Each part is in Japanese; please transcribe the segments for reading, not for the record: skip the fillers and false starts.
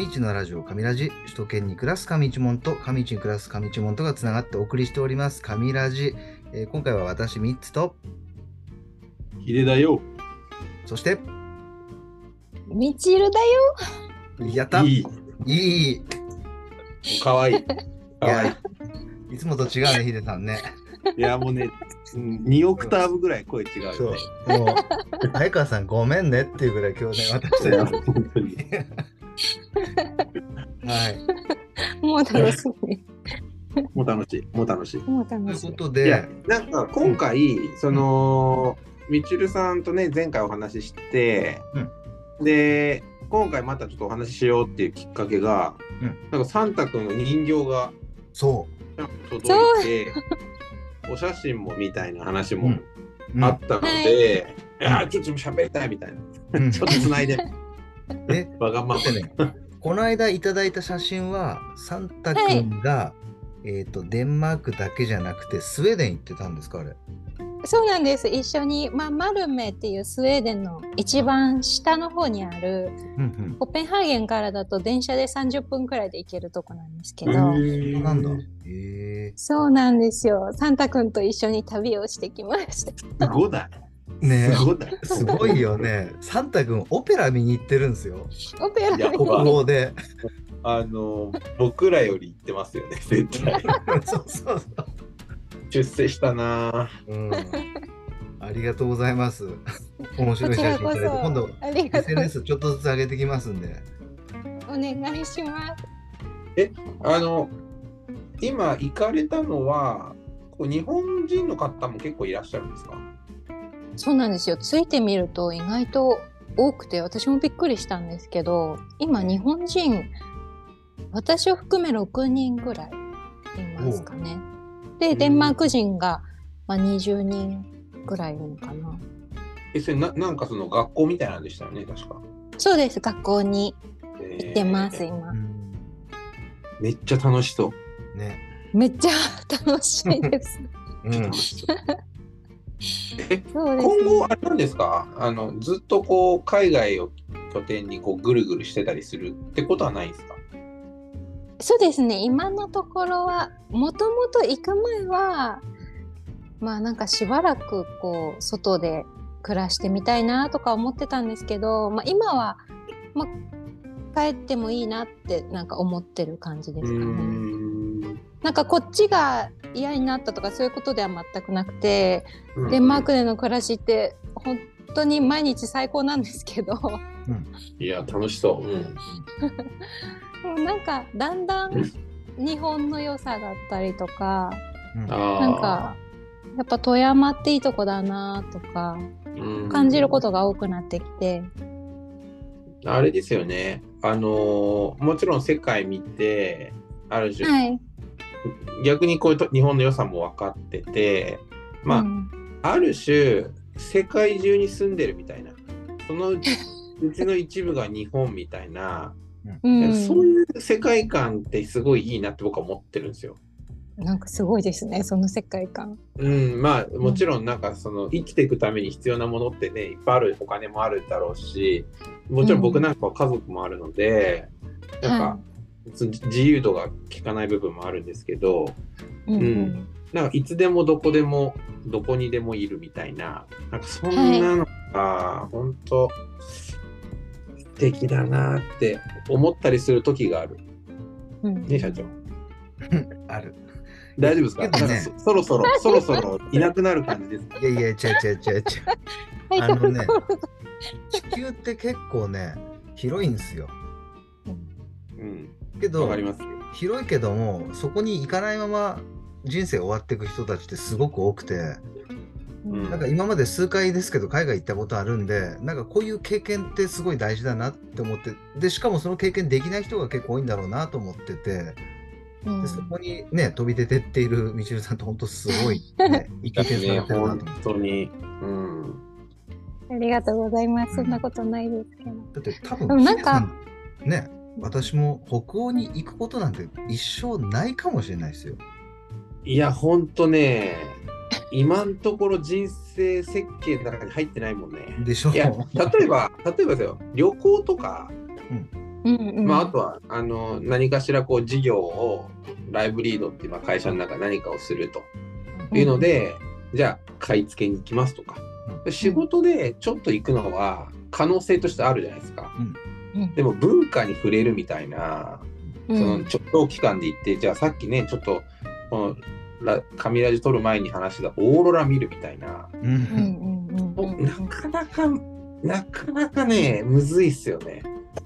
一のラジオ神ラジ、首都圏に暮らす神一門と上市に暮らす神一門とがつながってお送りしております神ラジ。今回は私ミッツとヒデだよ。 そしてみちるだよ。 やったいいかわいい。かわいいつもと違うねヒデさんね。 い。いやもうね、2オクターブぐらい声違うよね。 そうもう相川さんごめんねっていうぐらい今日ね私たち本当に。 はいもう楽しい。 もう楽しい。もう楽しい。 もうという楽しい。 こといやで、 なんか今回、そのみちるさんとね前回お話しして、で今回またちょっとお話ししようっていうきっかけが、なんかサンタ君の人形がそ届いて、お写真もみたいな話もう、 あったので、いやちょっと喋りたいみたいな、ちょっとつないでわがままね、この間いただいた写真はサンタ君が、デンマークだけじゃなくてスウェーデン行ってたんですかあれ。 そうなんです。一緒に、マルメっていうスウェーデンの一番下の方にある、コペンハーゲンからだと電車で30分くらいで行けるとこなんですけど、 なんだ。 そうなんですよ。サンタ君と一緒に旅をしてきました。 すごだねすごだすごいよね。サンタ君オペラ見に行ってるんですよ。 オペラいや国語で。 僕らより行ってますよね絶対。 そうそうそう。 出世したな。 ありがとうございます。面白い写真いただいて、今度ありがとう SNS ちょっとずつ上げてきますんで。 お願いします。 今行かれたのは日本人の方も結構いらっしゃるんですか？ そうなんですよ。ついてみると意外と多くて、私もびっくりしたんですけど、今日本人私を含め6人ぐらいいますかね。でデンマーク人が、20人ぐらいいるのかな。 それなんかその学校みたいなんでしたよね確か。 そうです。学校に行ってます今。 めっちゃ楽しそうね。 めっちゃ楽しいです。 今後あれなんですか？ずっとこう海外を拠点にこうぐるぐるしてたりするってことはないんですか？ そうですね。今のところはもともと行く前はなんかしばらくこう外で暮らしてみたいなとか思ってたんですけど、今は、帰ってもいいなってなんか思ってる感じですかね。なんかこっちが嫌になったとかそういうことでは全くなくて、デンマークでの暮らしって本当に毎日最高なんですけど、 いや楽しそう、 なんかだんだん日本の良さだったりとか、なんかやっぱ富山っていいとこだなとか感じることが多くなってきて、 あれですよね。もちろん世界見てある種、逆にこういう日本の良さも分かってて、ある種世界中に住んでるみたいな、そのうちの一部が日本みたいな、そういう世界観ってすごいいいなって僕は思ってるんですよ。 なんかすごいですねその世界観。 もちろんなんかその生きていくために必要なものってねいっぱいある、お金もあるだろうし、もちろん僕なんかは家族もあるので、なんか自由度が効かない部分もあるんですけど、なんかいつでもどこでもどこにでもいるみたいな、なんかそんなのが本当素敵だなって思ったりする時がある、ね社長。 ある。 大丈夫ですか？なんかそろそろいなくなる感じですか？ いやいや違う。地球って結構ね広いんですよ。けど広いけどもそこに行かないまま人生終わっていく人たちってすごく多くて、なんか今まで数回ですけど海外行ったことあるんで、なんかこういう経験ってすごい大事だなって思って、でしかもその経験できない人が結構多いんだろうなと思ってて、でそこにね飛び出てっているみちるさんって本当すごいね生きてされてるなと思って。 本当に、 ありがとうございます。そんなことないですけど。 だって多分なんかね、私も北欧に行くことなんて一生ないかもしれないですよ。 いや本当ね、今のところ人生設計の中に入ってないもんね。 でしょ。 いや例えばですよ、旅行とか、 まあ、あとは何かしらこう事業をライブリードっていう会社の中で何かをするというので、じゃあ買い付けに行きますとか、仕事でちょっと行くのは可能性としてあるじゃないですか。でも文化に触れるみたいな、その長期間で行って、じゃあさっきねちょっとこの神ラジ撮る前に話したオーロラ見るみたいな、なかなかねむずいっすよね。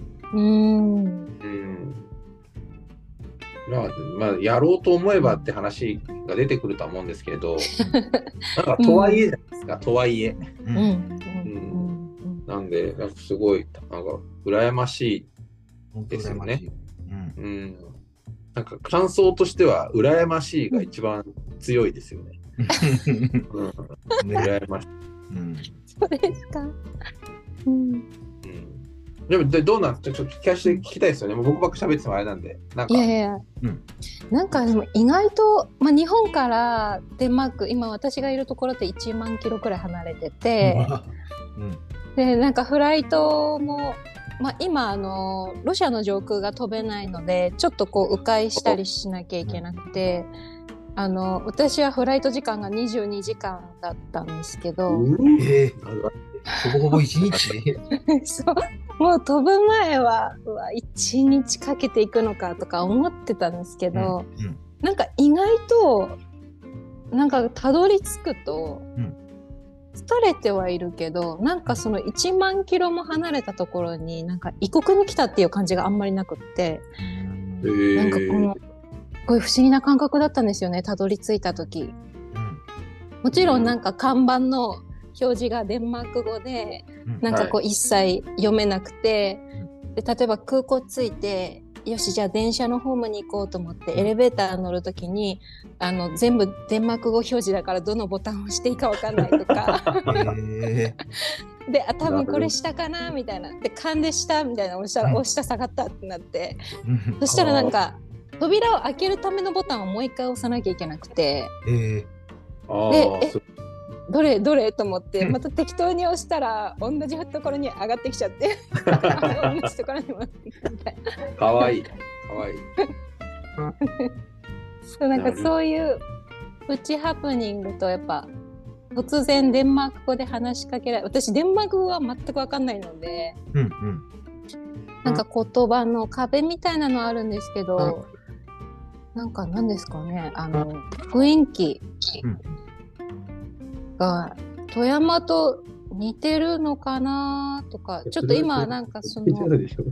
まあやろうと思えばって話が出てくるとは思うんですけど、なんかとはいえじゃないですか、とはいえ。なんでなんかすごいなんか羨ましいですよね。なんか感想としては羨ましいが一番強いですよね。羨ましい。 そうですか。 でもどうなんですか、ちょっと聞きたいですよね。もう僕ばっか喋ってもあれなんで。 いや、なんかでも意外と、日本からデンマーク、今私がいるところって1万キロくらい離れてて、でなんかフライトも、今ロシアの上空が飛べないのでちょっとこう迂回したりしなきゃいけなくて、私はフライト時間が22時間だったんですけど、 ほぼほぼ1日そうもう飛ぶ前は1日かけていくのかとか思ってたんですけど、なんか意外となんかたどり着くと、疲れてはいるけど、なんかその1万キロも離れたところになんか異国に来たっていう感じがあんまりなくって、なんかこういう不思議な感覚だったんですよね、たどり着いた時。もちろんなんか看板の表示がデンマーク語で、なんかこう一切読めなくて、で例えば空港着いて、よしじゃあ電車のホームに行こうと思ってエレベーター乗るときに全部デンマーク語表示だからどのボタンを押していいか分かんないとかで多分これ下かなみたいなで勘で下みたいな押したら下下がったってなってそしたらなんか扉を開けるためのボタンをもう一回押さなきゃいけなくて、でどれと思ってまた適当に押したら同じところに上がってきちゃって同じところに戻ってきたみたいな。 かわいいなんかそういうプチハプニングと、やっぱ突然デンマーク語で話しかけられ、私デンマーク語は全く分かんないので、なんか言葉の壁みたいなのあるんですけど、なんか何ですかね、雰囲気が富山と似てるのかなとか、ちょっと今なんかその本当ですか？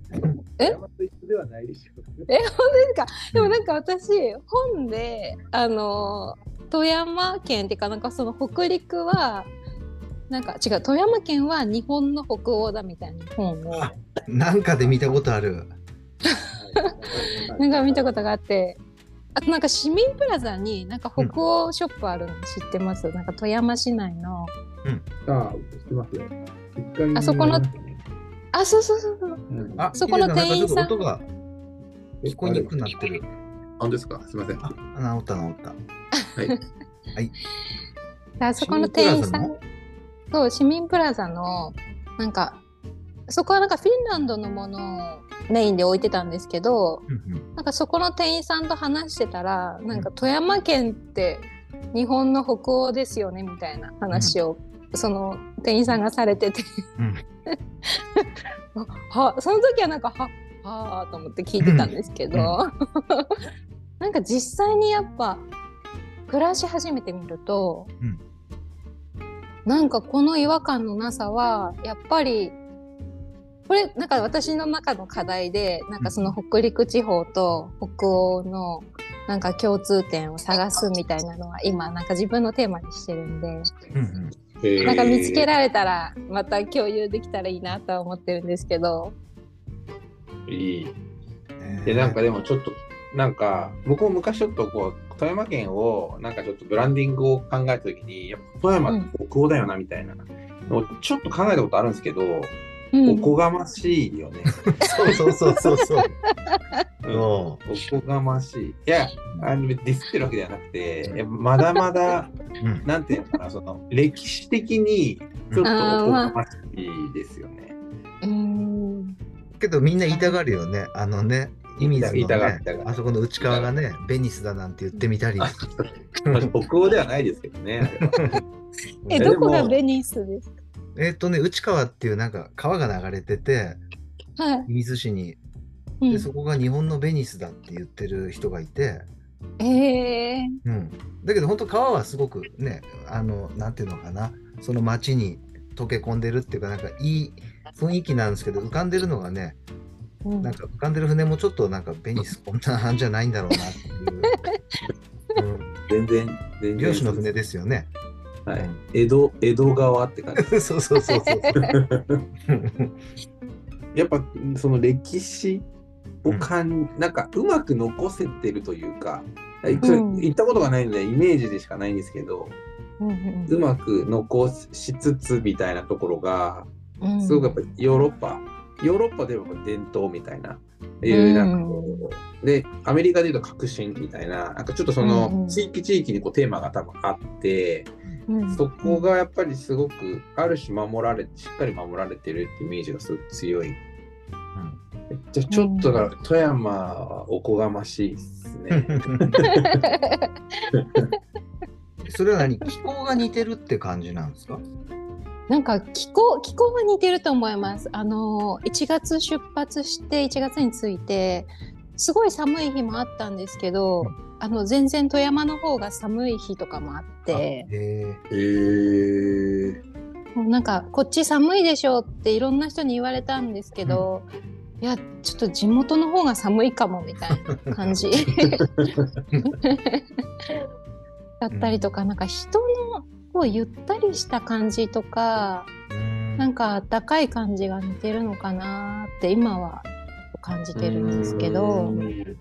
でもなんか私本で富山県っていうか、なんかその北陸はなんか違う、富山県は日本の北欧だみたいな本をなんかで見たことあるなんか見たことがあって、あとなんか市民プラザになんか北欧ショップあるの知ってます？なんか富山市内の、 知ってますよ。 あそこのそう、そこの店員さん、 音が聞こえにくくなってる。 本当ですか？すみません。 治ったはい。そこの店員さん、そう、市民プラザのなんかそこはなんかフィンランドのものをメインで置いてたんですけど、なんかそこの店員さんと話してたら、なんか富山県って日本の北欧ですよねみたいな話を、その店員さんがされててその時はなんかはと思って聞いてたんですけど、なんか実際にやっぱ暮らし始めてみると、なんかこの違和感のなさはやっぱりこれなんか私の中の課題で、なんかその北陸地方と北欧のなんか共通点を探すみたいなのは今なんか自分のテーマにしてるんで、なんか見つけられたらまた共有できたらいいなとは思ってるんですけど。 でなんかでもちょっとなんか僕も昔ちょっとこう富山県をなんかちょっとブランディングを考えた時に、やっぱ富山って北欧だよなみたいなのをちょっと考えたことあるんですけど、おこがましいよね。おこがましい。いや、ディスってるわけではなくて、まだまだ、なんていうのかな、その歴史的にちょっとおこがましいですよね。 けどみんな言いたがるよね。射水の言いたがねる言いたが、るあそこの内側がね、ベニスだなんて言ってみたり。 北欧ではないですけどね。あれはどこがベニスですか？ 内川っていうなんか川が流れてて、 はい。 水市に。で、 うん。 そこが日本のベニスだって言ってる人がいて、 えだけど本当川はすごくね、なんていうのかな、その街に溶け込んでるっていうか、なんかいい雰囲気なんですけど、浮かんでるのがね、なんか浮かんでる船もちょっとなんかベニスこんな感じじゃないんだろうなっていう、 全然漁師の船ですよね。 はい。江戸川って感じ。 そうそうそうそう。 やっぱその歴史をなんかうまく残せてるというか、行ったことがないのでイメージでしかないんですけど、うまく残しつつみたいなところが、すごくやっぱりヨーロッパでは伝統みたいな、なんかこうでアメリカでいうと革新みたいな、なんかちょっとその地域にこうテーマが多分あって、そこがやっぱりすごくある種しっかり守られてるってイメージがすごく強い。じゃあちょっとだから富山はおこがましいですね。 それは気候が似てるって感じなんですか？ なんか気候は似てると思います。1月出発して1月に着いてすごい寒い日もあったんですけど、全然富山の方が寒い日とかもあって、もうなんかこっち寒いでしょっていろんな人に言われたんですけど、いやちょっと地元の方が寒いかもみたいな感じだったりとか、なんか人のこうゆったりした感じとか、なんか暖かい感じが似てるのかなって今は感じてるんですけど。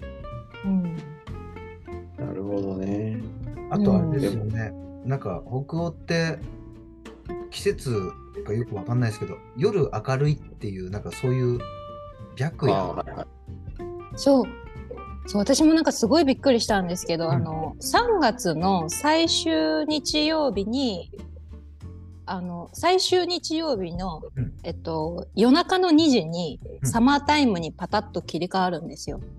なるほどね。 あとあれですよね、なんか北欧って季節がよくわかんないですけど、夜明るいっていうなんかそういう白夜。 そう私もなんかすごいびっくりしたんですけど、3月の最終日曜日の、夜中の2時にサマータイムにパタッと切り替わるんですよ。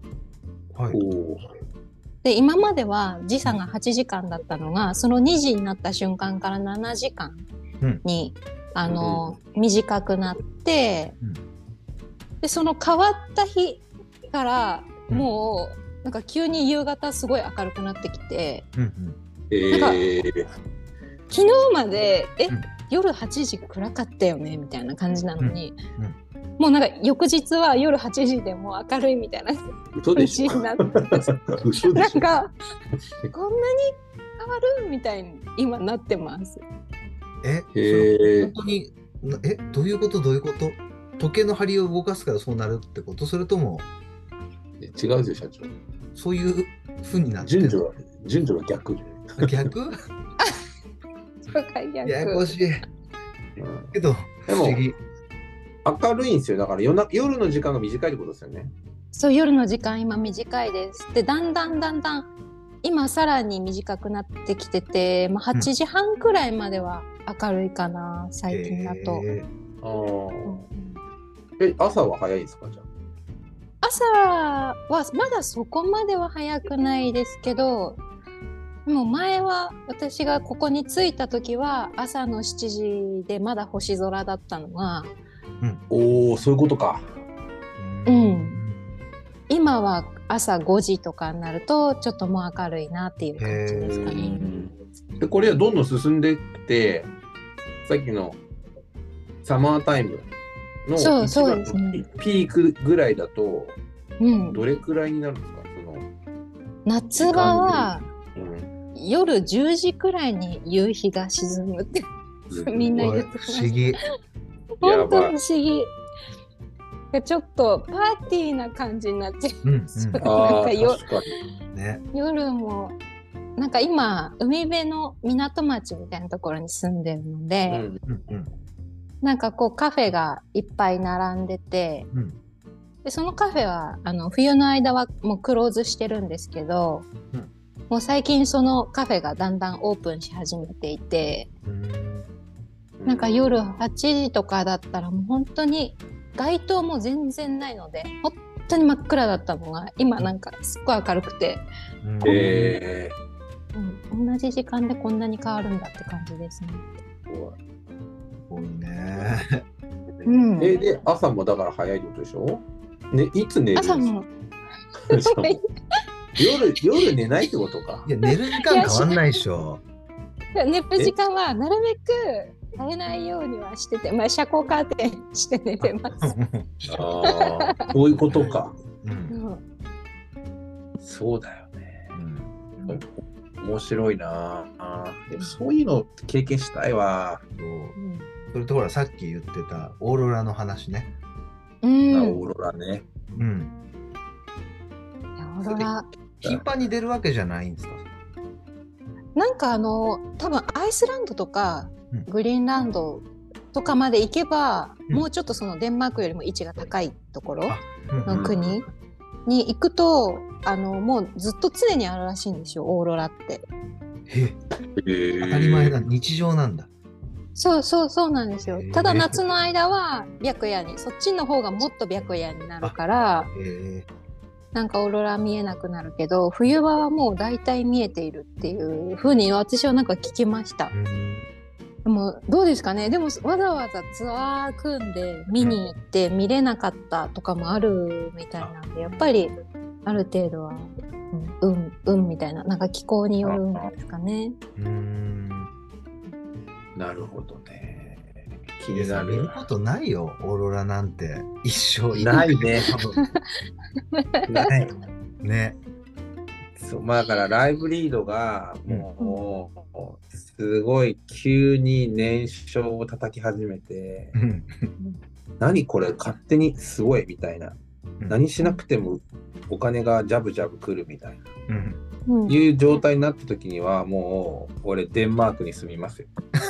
で今までは時差が8時間だったのが、その2時になった瞬間から7時間に、短くなって、でその変わった日からもうなんか急に夕方すごい明るくなってきて、なんか昨日まで夜8時暗かったよねみたいな感じなのに、もうなんか翌日は夜8時でも明るいみたいな感じになって、なんかこんなに変わるみたいに今なってます。 本当にどういうこと時計の針を動かすからそうなるってこと？それとも違うですよ社長。 そういう風になってる。 順序は逆。 逆？ そうか、逆。 ややこしい。けど不思議。 明るいんですよ。だから夜の時間が短いってことですよね。 そう、夜の時間今短いです。でだんだん今さらに短くなってきてて、8時半くらいまでは明るいかな、最近だと。 朝は早いですか？じゃあ朝はまだそこまでは早くないですけど、でも前は私がここに着いた時は朝の7時でまだ星空だったのが、 そういうことか。 今は朝5時とかになるとちょっともう明るいなっていう感じですかね。 でこれはどんどん進んでいってさっきのサマータイムのそうですね、 ピークぐらいだとどれくらいになるんですか？ 夏場は夜10時くらいに夕日が沈むってみんな言ってました。 不思議。 本当不思議。ちょっとパーティーな感じになっちゃう。なんか夜もなんか今海辺の港町みたいなところに住んでるので、なんかこうカフェがいっぱい並んでて、でそのカフェは冬の間はもうクローズしてるんですけど、もう最近そのカフェがだんだんオープンし始めていて、なんか夜8時とかだったらもう本当に街灯も全然ないので本当に真っ暗だったのが今なんかすっごい明るくて、同じ時間でこんなに変わるんだって感じですね。 すごいね。 で朝もだから早いってことでしょ？ね、いつ寝るんですか？ 朝も夜寝ないってことか。 いや寝る時間変わんないでしょ。 寝る時間はなるべくされないようにはしてて、遮光カーテンして寝てます。 そういうことか。そうだよね。面白いな。でもそういうの経験したいわ。 それとほらさっき言ってたオーロラの話ね。 オーロラね。 オーロラ頻繁に出るわけじゃないんですか？ なんか多分アイスランドとかグリーンランドとかまで行けば、もうちょっとそのデンマークよりも位置が高いところの国に行くと、もうずっと常にあるらしいんですよ、オーロラって。 当たり前だ、日常なんだ。 そうなんですよ。ただ夏の間は白夜に、そっちの方がもっと白夜になるから、なんかオーロラ見えなくなるけど、冬場はもう大体見えているっていう風に私はなんか聞きました。でもどうですかね。でもわざわざツアー組んで見に行って見れなかったとかもあるみたいなんで、やっぱりある程度は運みたいな、なんか気候によるんですかね。 なるほどね。 気になる。見ることないよ、オーロラなんて。一生ないね。ないね。 そう、だからライブリードがもうすごい急に燃焼を叩き始めて、何これ勝手にすごいみたいな、何しなくてもお金がジャブジャブ来るみたいな、いう状態になった時にはもう俺デンマークに住みますよ。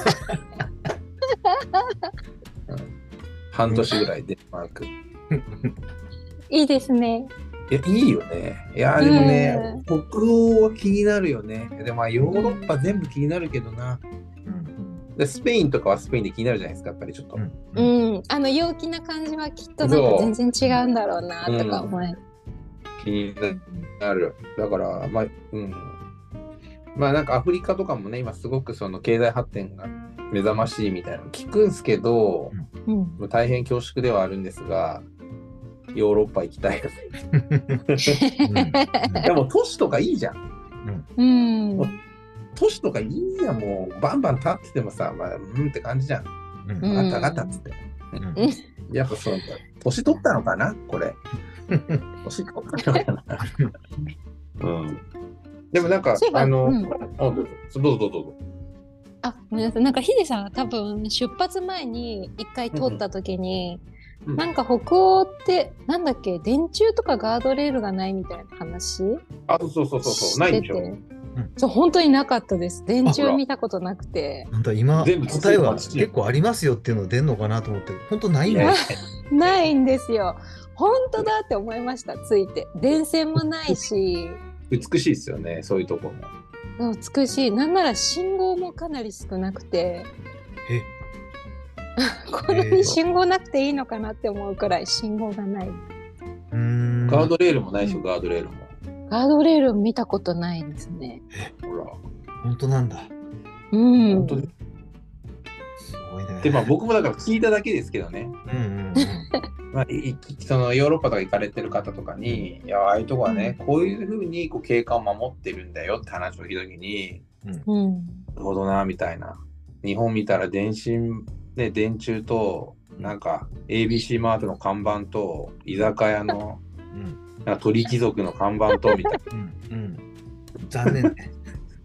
半年ぐらいデンマーク。 いいですね。 いいよね。いやでもね、北欧は気になるよね。でもヨーロッパ全部気になるけどな。でスペインとかはスペインで気になるじゃないですか、やっぱりちょっと。 陽気な感じはきっとなんか全然違うんだろうなとか思い。 気になる。だからなんかアフリカとかもね、今すごくその経済発展が目覚ましいみたいなの聞くんすけど、大変恐縮ではあるんですが、ヨーロッパ行きたいよね。でも都市とかいいじゃん。都市とかいいやん、もうバンバン立っててもさ、って感じじゃん。ガタガタっつって。やっぱそう、年取ったのかなこれ。年取ったのかな。でもなんかどうぞ。 ごめんなさい。なんかヒデさんが多分出発前に一回通った時に、なんか北欧ってなんだっけ、電柱とかガードレールがないみたいな話？ そうないでしょ。 そう、本当になかったです。電柱見たことなくて。 本当今答えは結構ありますよっていうの出んのかなと思って、本当ないんだよ。 ないんですよ。本当だって思いました。ついて電線もないし。 美しいですよね、そういうところも。 美しい。なんなら信号もかなり少なくて。こんなに信号なくていいのかなって思うくらい信号がない。 ガードレールもないでしょ、ガードレールも。 ガードレール見たことないですね。 ほら。 本当なんだ。 本当です。 すごいね。 で、僕もだから聞いただけですけどね。そのヨーロッパとか行かれてる方とかに、いや、ああいうとこはね、こういうふうに景観を守ってるんだよって話を聞いたときに、なるほどな、みたいな。日本見たら電柱と、なんか ABC マートの看板と、居酒屋の、なんか鳥貴族の看板と、みたいな。 残念ね。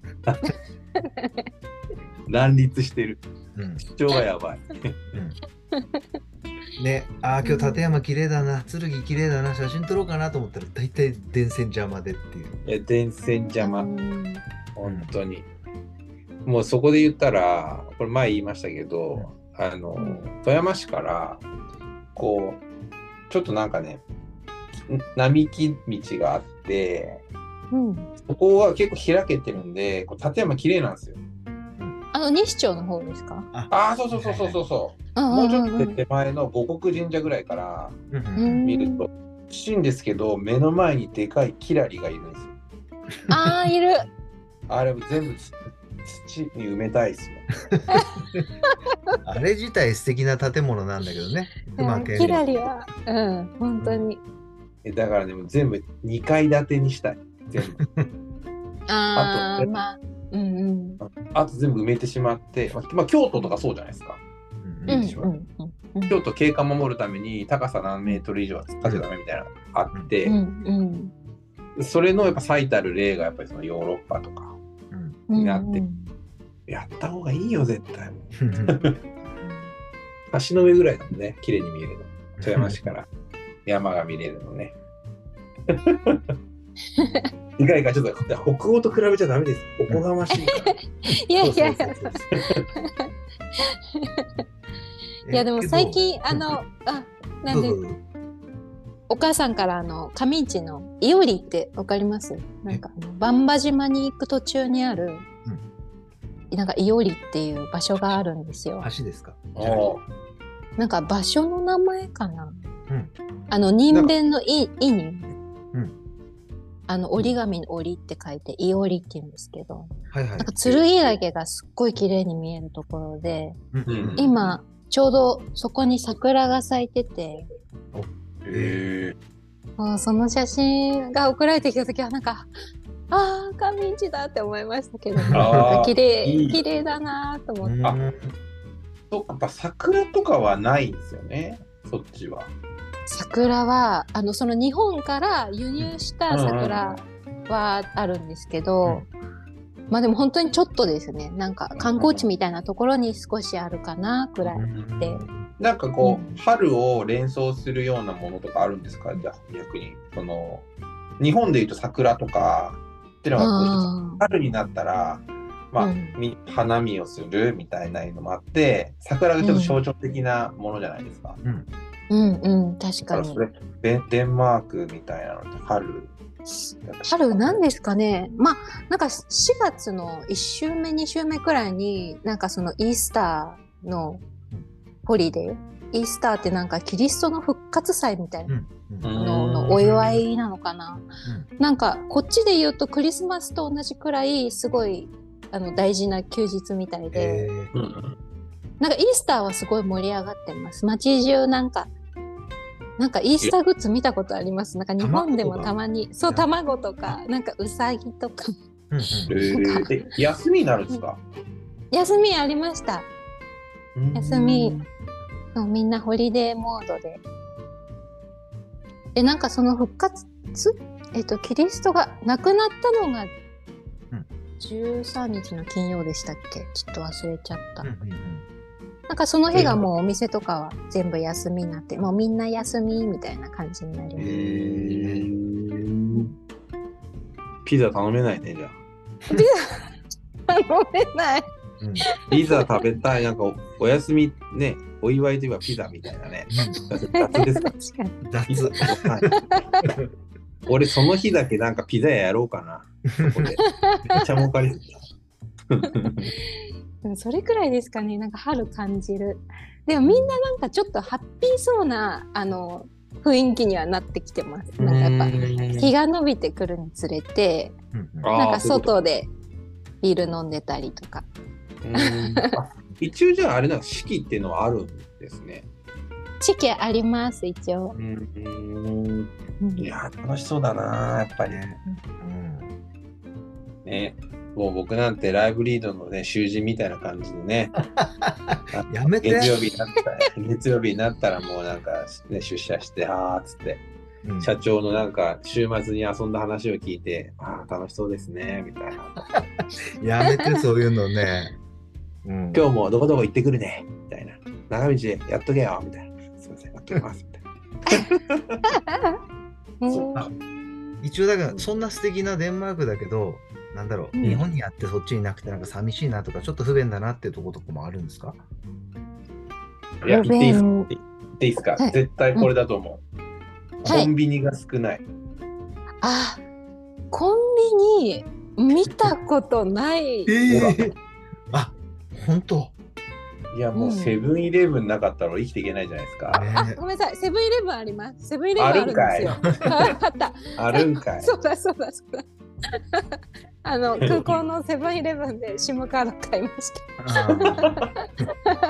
乱立してる。主張がやばい。 ね、今日立山綺麗だな、剣綺麗だな、写真撮ろうかなと思ったら大体電線邪魔でっていう。 電線邪魔。本当に。もうそこで言ったら、これ前言いましたけど、富山市からこうちょっとなんかね、並木道があって、そこは結構開けてるんで、立山綺麗なんですよ。 西町の方ですか？ ああ、そうそうそうそうそうそう。もうちょっと手前の五国神社ぐらいから見ると、不審ですけど、目の前にでかいキラリがいるんですよ。 ああ、いる。 あれ全部土に埋めたいですもん。 あれ自体素敵な建物なんだけどね。 キラリは、本当に。 だからね、もう全部2階建てにしたい。全部。 あと、まあ、 あと全部埋めてしまって、まあ、京都とかそうじゃないですか。京都景観守るために高さ何メートル以上は立てちゃダメみたいなのがあって、それのやっぱ最たる例がやっぱりそのヨーロッパとかになって、やった方がいいよ絶対。橋の上ぐらいだもんね、綺麗に見えるの。富山市から山が見れるのね。意外かちょっと北欧と比べちゃダメです。おこがましいから。 いや。いやでも最近なんでお母さんから上市の伊織ってわかります？なんか番場島に行く途中にある、なんか伊織っていう場所があるんですよ。 橋ですか？ なんか場所の名前かな。人弁のいに、折り紙の折って書いて伊織って言うんですけど、なんか剣岳がすっごい綺麗に見えるところで、今ちょうどそこに桜が咲いてて、その写真が送られてきた時はなんか上市だって思いましたけど、綺麗だなと思って。 そうか、やっぱ桜とかはないんですよね、そっちは。 桜はその日本から輸入した桜はあるんですけど、まあでも本当にちょっとですね。なんか観光地みたいなところに少しあるかなくらいで、 なんかこう、春を連想するようなものとかあるんですか？じゃあ逆にその日本でいうと桜とかっていうのが春になったら、まあ花見をするみたいなのもあって、桜がちょっと象徴的なものじゃないですか。 確かに。 それデンマークみたいなのって春なんですかね。まあなんか4月の1週目2週目くらいになんかそのイースターのホリデー、イースターってなんかキリストの復活祭みたいなのお祝いなのかな。なんかこっちで言うとクリスマスと同じくらいすごい大事な休日みたいで、なんかイースターはすごい盛り上がってます。街中なんかイースターグッズ見たことあります。なんか日本でもたまに卵とかなんかうさぎとか。 休みになるんですか？ 休みありました。休み、みんなホリデーモードで。なんかその復活、キリストが亡くなったのが13日の金曜でしたっけ？ちょっと忘れちゃった。なんかその日がもうお店とかは全部休みになって、もうみんな休みみたいな感じになります。 ピザ頼めないね、じゃあ。 ピザ頼めない。 ピザ食べたい。なんかお休みね、お祝いといえばピザみたいなね。雑ですか？ 雑。 俺その日だけなんかピザ屋やろうかな。そこで。めっちゃ儲かりそうだ。 それくらいですかね。なんか春感じる。でもみんななんかちょっとハッピーそうな雰囲気にはなってきてます。なんかやっぱ日が伸びてくるにつれて、なんか外でビール飲んでたりとか。 一応じゃああれなんか四季っていうのはあるんですね。 四季あります一応。 いや楽しそうだなやっぱりね。もう僕なんてライブリードのね囚人みたいな感じでねやめて。 月曜日になったらもうなんか、ね、出社してっつって、社長のなんか週末に遊んだ話を聞いて楽しそうですねみたいなやめてそういうのね、 今日もどこどこ行ってくるねみたいな、長道やっとけよみたいな、すいませんやっときますみたいな一応だからそんな素敵なデンマークだけど、なんだろう、日本にあってそっちになくてなんか寂しいなとかちょっと不便だなっていうところとかもあるんですか？ いや、言っていいですか、はい、絶対これだと思う、コンビニが少ない。 コンビニ見たことない。 本当。 いやもうセブンイレブンなかったら生きていけないじゃないですか。 あ、ごめんなさい、セブンイレブンあります。セブンイレブンあるんですよ。あった。 あるんかい。 そうだ。空港のセブンイレブンで SIM カード買いました。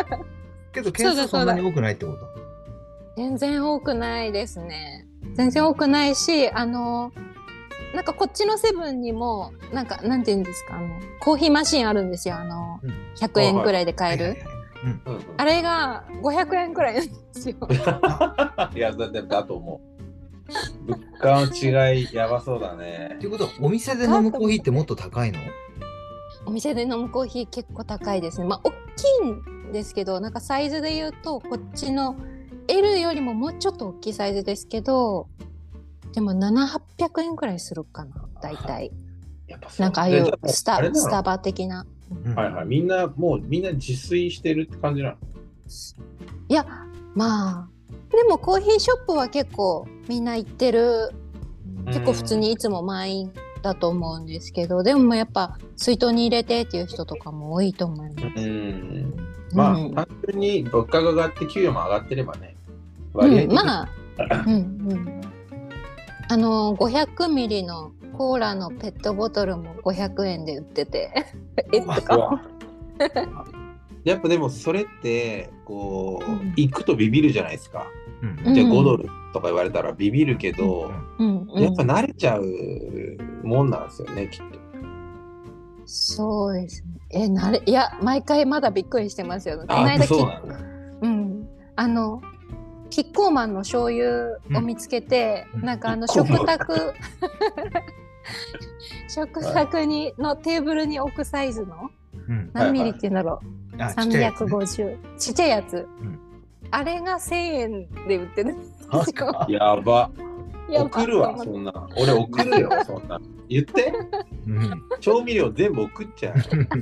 けど件数そんなに多くないってこと？ 全然多くないですね。全然多くないし、なんかこっちのセブンにもなんていうんですか、コーヒーマシンあるんですよ。100円くらいで買える。あれが500円くらいなんですよ。 いやだと思う。物価の違いやばそうだね。 っていうことはお店で飲むコーヒーってもっと高いの？ お店で飲むコーヒー結構高いですね。まあ大きいんですけど、なんかサイズで言うとこっちの L よりももうちょっと大きいサイズですけど、でも700、800円くらいするかな、大体。 やっぱなんかああいうスタバ的な。 はいはい。みんな自炊してるって感じなの？ いや、まあでもコーヒーショップは結構みんな行ってる、結構普通にいつも満員だと思うんですけど、でもやっぱ水筒に入れてっていう人とかも多いと思います。 まあ単純に物価が上がって給与も上がってればね、 まあ500ミリのコーラのペットボトルも500円で売っててとか。 やっぱでもそれってこう、行くとビビるじゃないですか。じゃあ5ドルとか言われたらビビるけど、やっぱ慣れちゃうもんなんですよね、きっと。 そうですね。いや毎回まだびっくりしてますよ。この間キッコーマンの醤油を見つけて、なんか食卓にのテーブルに置くサイズの、何ミリっていうんだろう、350、ちっちゃいやつ、あれが1000円で売ってるんですよ。 やば。送るわ、そんな。俺送るよ、そんな。言って。調味料全部送っちゃう。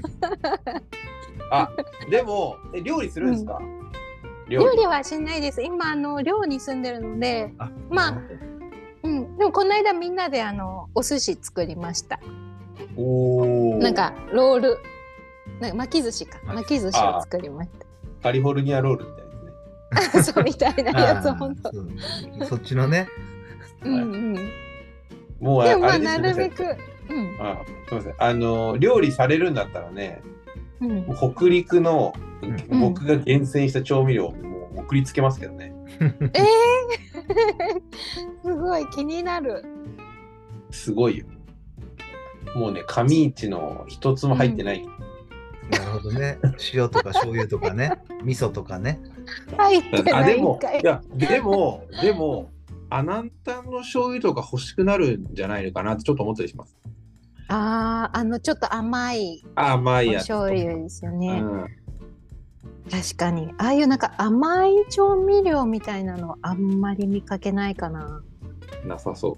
あ、でも料理するんですか？ 料理はしないです。今寮に住んでるので、まあ、でもこの間みんなでお寿司作りました。なんかロール、なんか巻き寿司を作りました。 カリフォルニアロールみたいなね。 そうみたいなやつ、本当。 そっちのね。 もうでもまあなるべく。 すみません。料理されるんだったらね、北陸の僕が厳選した調味料をもう送りつけますけどね。 すごい気になる。 すごいよ。もうね、上市の一つも入ってない。 なるほどね。塩とか醤油とかね、味噌とかね。 入ってないんかい。 でもあなたの醤油とか欲しくなるんじゃないのかなってちょっと思ったりします。 ちょっと甘いやつ醤油ですよね。確かにああいうなんか甘い調味料みたいなのはあんまり見かけないかな。 なさそう。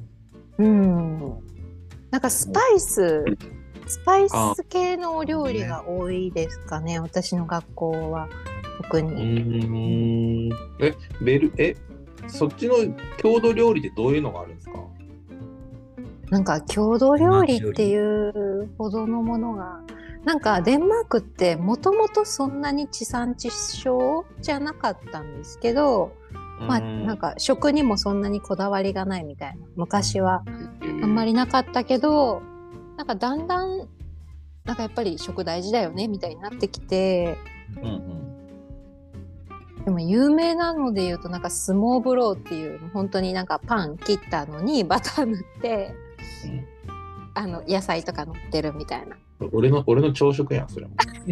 なんかスパイス系のお料理が多いですかね、私の学校は特に。 そっちの郷土料理ってどういうのがあるんですか？ なんか郷土料理っていうほどのものが、なんかデンマークってもともとそんなに地産地消じゃなかったんですけど、なんか食にもそんなにこだわりがないみたいな、昔はあんまりなかったけど、なんかだんだんなんかやっぱり食大事だよねみたいになってきて、でも有名なので言うとなんかスモーブローっていう、本当になんかパン切ったのにバター塗って、野菜とか乗ってるみたいな。 俺の朝食やん、それも。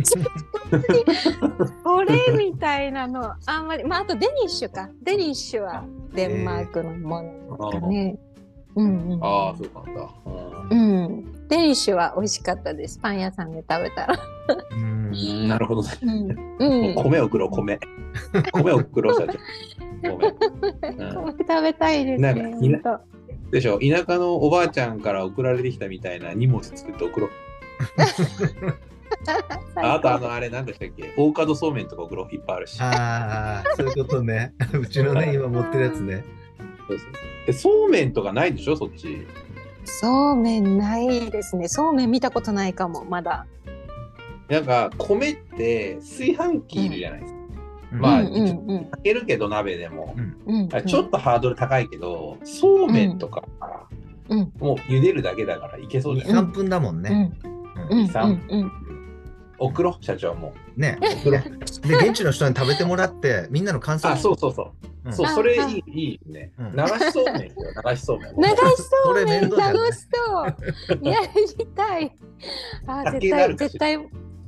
これみたいなのあんまり、あとデニッシュはデンマークのものですかね。そうなんだ。デニッシュは美味しかったです。パン屋さんで食べたら。 なるほどね。米を送ろう、米を送ろう、社長。米食べたいですね。 でしょ、田舎のおばあちゃんから送られてきたみたいな荷物作って送ろう。あとあれなんでしたっけ、大門そうめんとか送ろう、いっぱいあるし。 そういうことね。うちのね、今持ってるやつね。 そうめんとかないでしょ、そっち。 そうめんないですね。そうめん見たことないかも、まだ。 なんか米って炊飯器いるじゃないですか。まあ、炊けるけど鍋でも、ちょっとハードル高いけど、そうめんとか、もう茹でるだけだからいけそうじゃない。 3分だもんね。 3分。送ろう、社長も。 ね。で、現地の人に食べてもらって、みんなの感想。 あ、そうそうそう。そう、それいいね。流しそうめんですよ、流しそうめん。 流しそうめん楽しそう。やりたい。あ、絶対。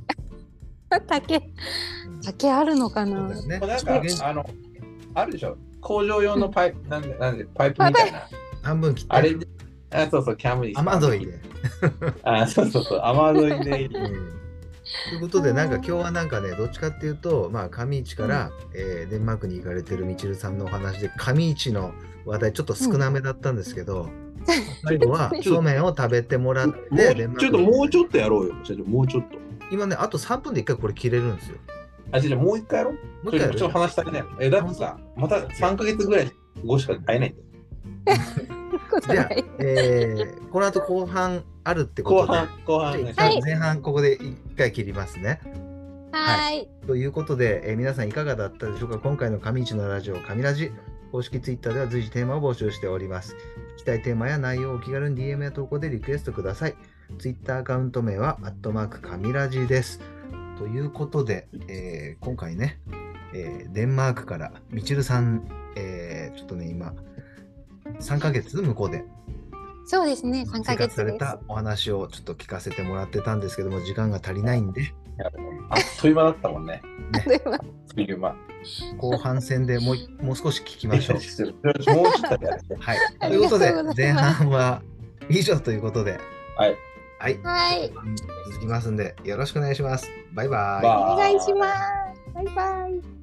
竹あるのかな。 なんかあるでしょ。工場用のパイプ、なんでパイプみたいな。 半分切って。 あれで、そうそう、キャムに。 雨どいで。 そうそうそう、雨どいで。 ということで、なんか今日はなんかね、どっちかっていうと、まあ、上市から、デンマークに行かれてるみちるさんのお話で、上市の話題ちょっと少なめだったんですけど、最後はそうめんを食べてもらって、 ちょっともうちょっとやろうよ、社長、もうちょっと。 今ね、あと3分で1回これ切れるんですよ。 じゃあもう1回やろう。もう1回ちょっと話したいね。だってさ、また3ヶ月ぐらい後しか会えないんだよ。 じゃあ、この後後半あるってことで、 後半前半ここで1回切りますね。 はい。 ということで、皆さんいかがだったでしょうか。今回の上市のラジオ、上ラジ公式ツイッターでは随時テーマを募集しております。聞きたいテーマや内容をお気軽に DM や投稿でリクエストください。ツイッターアカウント名は上ラジです。ということで、今回ね、デンマークからみちるさん、ちょっとね、今、3ヶ月向こうで。 そうですね、3ヶ月です。 されたお話をちょっと聞かせてもらってたんですけども、時間が足りないんで。 あっという間だったもんね。 後半戦でもう少し聞きましょう。 もうちょっとやって。 はい。ということで、前半は以上ということで。 はい。 はい。 続きますんで、よろしくお願いします。バイバイ。 お願いします。バイバイ。